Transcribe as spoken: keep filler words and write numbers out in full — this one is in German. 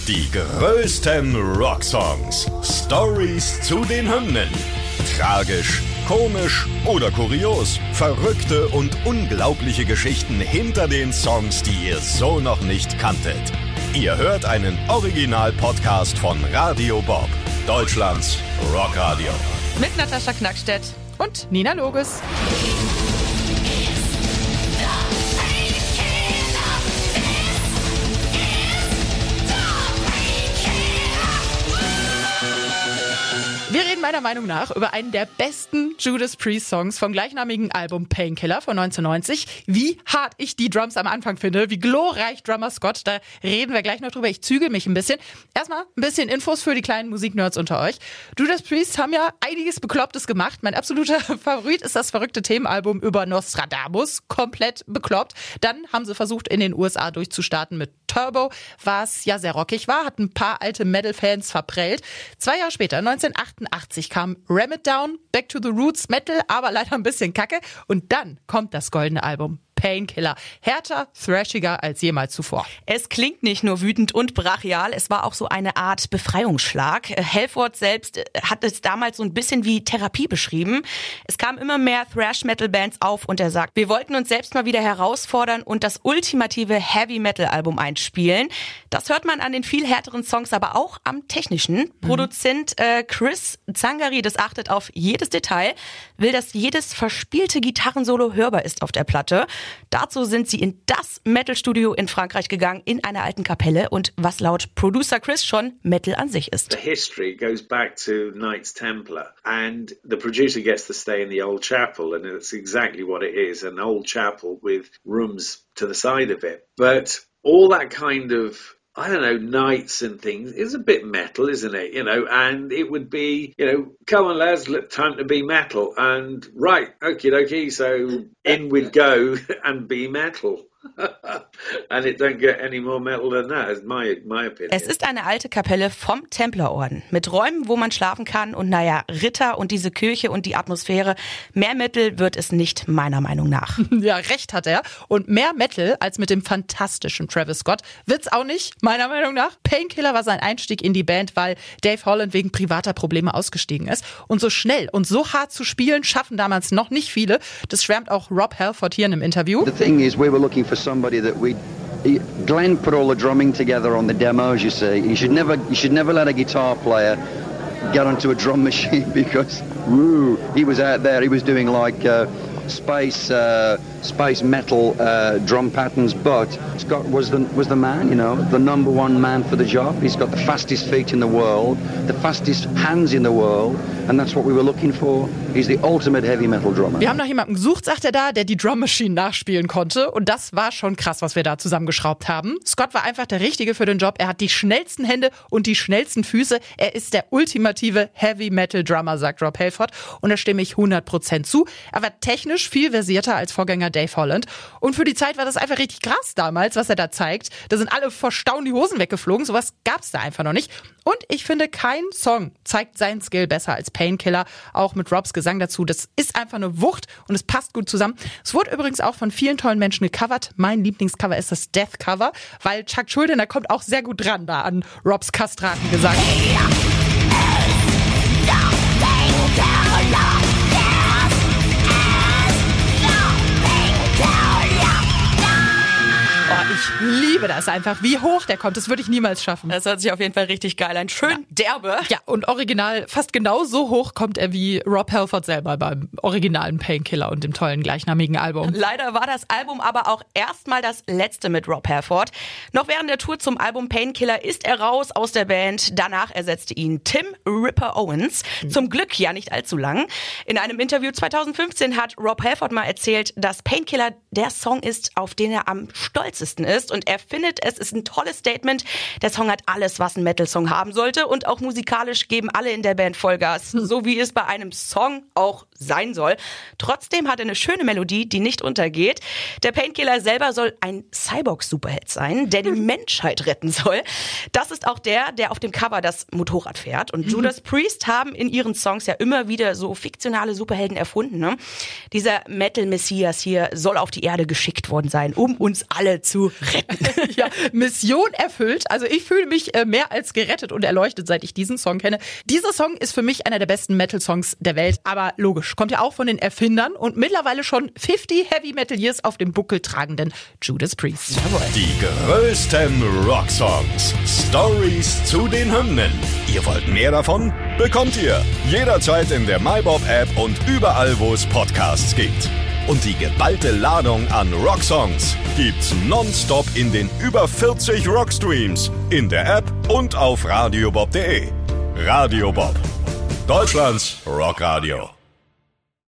Die größten Rocksongs. Stories zu den Hymnen. Tragisch, komisch oder kurios. Verrückte und unglaubliche Geschichten hinter den Songs, die ihr so noch nicht kanntet. Ihr hört einen Original-Podcast von Radio Bob, Deutschlands Rockradio. Mit Natascha Knackstedt und Nina Loges. Wir reden meiner Meinung nach über einen der besten Judas Priest-Songs vom gleichnamigen Album Painkiller von neunzehnhundertneunzig. Wie hart ich die Drums am Anfang finde, wie glorreich Drummer Scott, da reden wir gleich noch drüber. Ich zügel mich ein bisschen. Erstmal ein bisschen Infos für die kleinen Musiknerds unter euch. Judas Priest haben ja einiges Beklopptes gemacht. Mein absoluter Favorit ist das verrückte Themenalbum über Nostradamus. Komplett bekloppt. Dann haben sie versucht, in den U S A durchzustarten mit Turbo, was ja sehr rockig war, hat ein paar alte Metal-Fans verprellt. Zwei Jahre später, neunzehnhundertachtundachtzig, kam Ram It Down, Back to the Roots, Metal, aber leider ein bisschen Kacke. Und dann kommt das goldene Album Painkiller. Härter, thrashiger als jemals zuvor. Es klingt nicht nur wütend und brachial, es war auch so eine Art Befreiungsschlag. Halford selbst hat es damals so ein bisschen wie Therapie beschrieben. Es kamen immer mehr Thrash-Metal-Bands auf und er sagt, wir wollten uns selbst mal wieder herausfordern und das ultimative Heavy-Metal-Album einspielen. Das hört man an den viel härteren Songs, aber auch am technischen. Mhm. Produzent äh, Chris Zangari, das achtet auf jedes Detail, will, dass jedes verspielte Gitarrensolo hörbar ist auf der Platte. Dazu sind sie in das Metal-Studio in Frankreich gegangen, in einer alten Kapelle und was laut Producer Chris schon Metal an sich ist. The history goes back to Knights Templar and the producer gets to stay in the old chapel and it's exactly what it is, an old chapel with rooms to the side of it. But all that kind of I don't know, knights and things is a bit metal, isn't it? You know, and it would be, you know, come on lads, time to be metal. And right, okie dokie, so in we'd go and be metal. And it don't get any more metal than that, is my, my opinion. Es ist eine alte Kapelle vom Templerorden mit Räumen, wo man schlafen kann und naja, Ritter und diese Kirche und die Atmosphäre. Mehr Metal wird es nicht, meiner Meinung nach. Ja, recht hat er. Und mehr Metal als mit dem fantastischen Travis Scott wird's auch nicht, meiner Meinung nach. Painkiller war sein Einstieg in die Band, weil Dave Holland wegen privater Probleme ausgestiegen ist. Und so schnell und so hart zu spielen, schaffen damals noch nicht viele. Das schwärmt auch Rob Halford hier in einem Interview. The thing is, we were looking for somebody that we Glenn put all the drumming together on the demos, you see. You should never you should never let a guitar player get onto a drum machine because woo, he was out there, he was doing like uh, space uh, space metal uh, drum patterns, but Scott was the was the man, you know, the number one man for the job. He's got the fastest feet in the world, the fastest hands in the world, and that's what we were looking for. He's the ultimate heavy metal drummer. Wir haben nach jemandem gesucht, sagt er da, der die Drum Machine nachspielen konnte und das war schon krass, was wir da zusammengeschraubt haben. Scott war einfach der Richtige für den Job. Er hat die schnellsten Hände und die schnellsten Füße. Er ist der ultimative Heavy Metal Drummer, sagt Rob Halford und da stimme ich hundert Prozent zu. Er war technisch viel versierter als Vorgänger Dave Holland und für die Zeit war das einfach richtig krass damals, was er da zeigt. Da sind alle vor Staunen die Hosen weggeflogen, sowas gab's da einfach noch nicht. Und ich finde, kein Song zeigt seinen Skill besser als Painkiller, auch mit Robs Gesang dazu. Das ist einfach eine Wucht und es passt gut zusammen. Es wurde übrigens auch von vielen tollen Menschen gecovert. Mein Lieblingscover ist das Death Cover, weil Chuck Schuldiner kommt auch sehr gut dran da an Robs Kastratengesang. Ich liebe das einfach, wie hoch der kommt. Das würde ich niemals schaffen. Das hört sich auf jeden Fall richtig geil an. Schön ja. derbe. Ja, und original fast genau so hoch kommt er wie Rob Halford selber beim originalen Painkiller und dem tollen gleichnamigen Album. Leider war das Album aber auch erstmal das letzte mit Rob Halford. Noch während der Tour zum Album Painkiller ist er raus aus der Band. Danach ersetzte ihn Tim Ripper Owens. Mhm. Zum Glück ja nicht allzu lang. In einem Interview zweitausendfünfzehn hat Rob Halford mal erzählt, dass Painkiller der Song ist, auf den er am stolzesten ist und er findet, es ist ein tolles Statement. Der Song hat alles, was ein Metal-Song haben sollte und auch musikalisch geben alle in der Band Vollgas, so wie es bei einem Song auch sein soll. Trotzdem hat er eine schöne Melodie, die nicht untergeht. Der Painkiller selber soll ein Cyborg-Superheld sein, der die Menschheit retten soll. Das ist auch der, der auf dem Cover das Motorrad fährt. Und Judas Priest haben in ihren Songs ja immer wieder so fiktionale Superhelden erfunden. Ne? Dieser Metal-Messias hier soll auf die Erde geschickt worden sein, um uns alle zu retten. Ja, Mission erfüllt. Also ich fühle mich äh, mehr als gerettet und erleuchtet, seit ich diesen Song kenne. Dieser Song ist für mich einer der besten Metal-Songs der Welt. Aber logisch, kommt ja auch von den Erfindern und mittlerweile schon fünfzig Heavy Metal Years auf dem Buckel tragenden Judas Priest. Jawohl. Die größten Rocksongs. Stories zu den Hymnen. Ihr wollt mehr davon? Bekommt ihr jederzeit in der MyBob-App und überall, wo es Podcasts gibt. Und die geballte Ladung an Rocksongs gibt's nonstop in den über vierzig Rockstreams, in der App und auf radiobob punkt de. Radio Bob, Deutschlands Rockradio.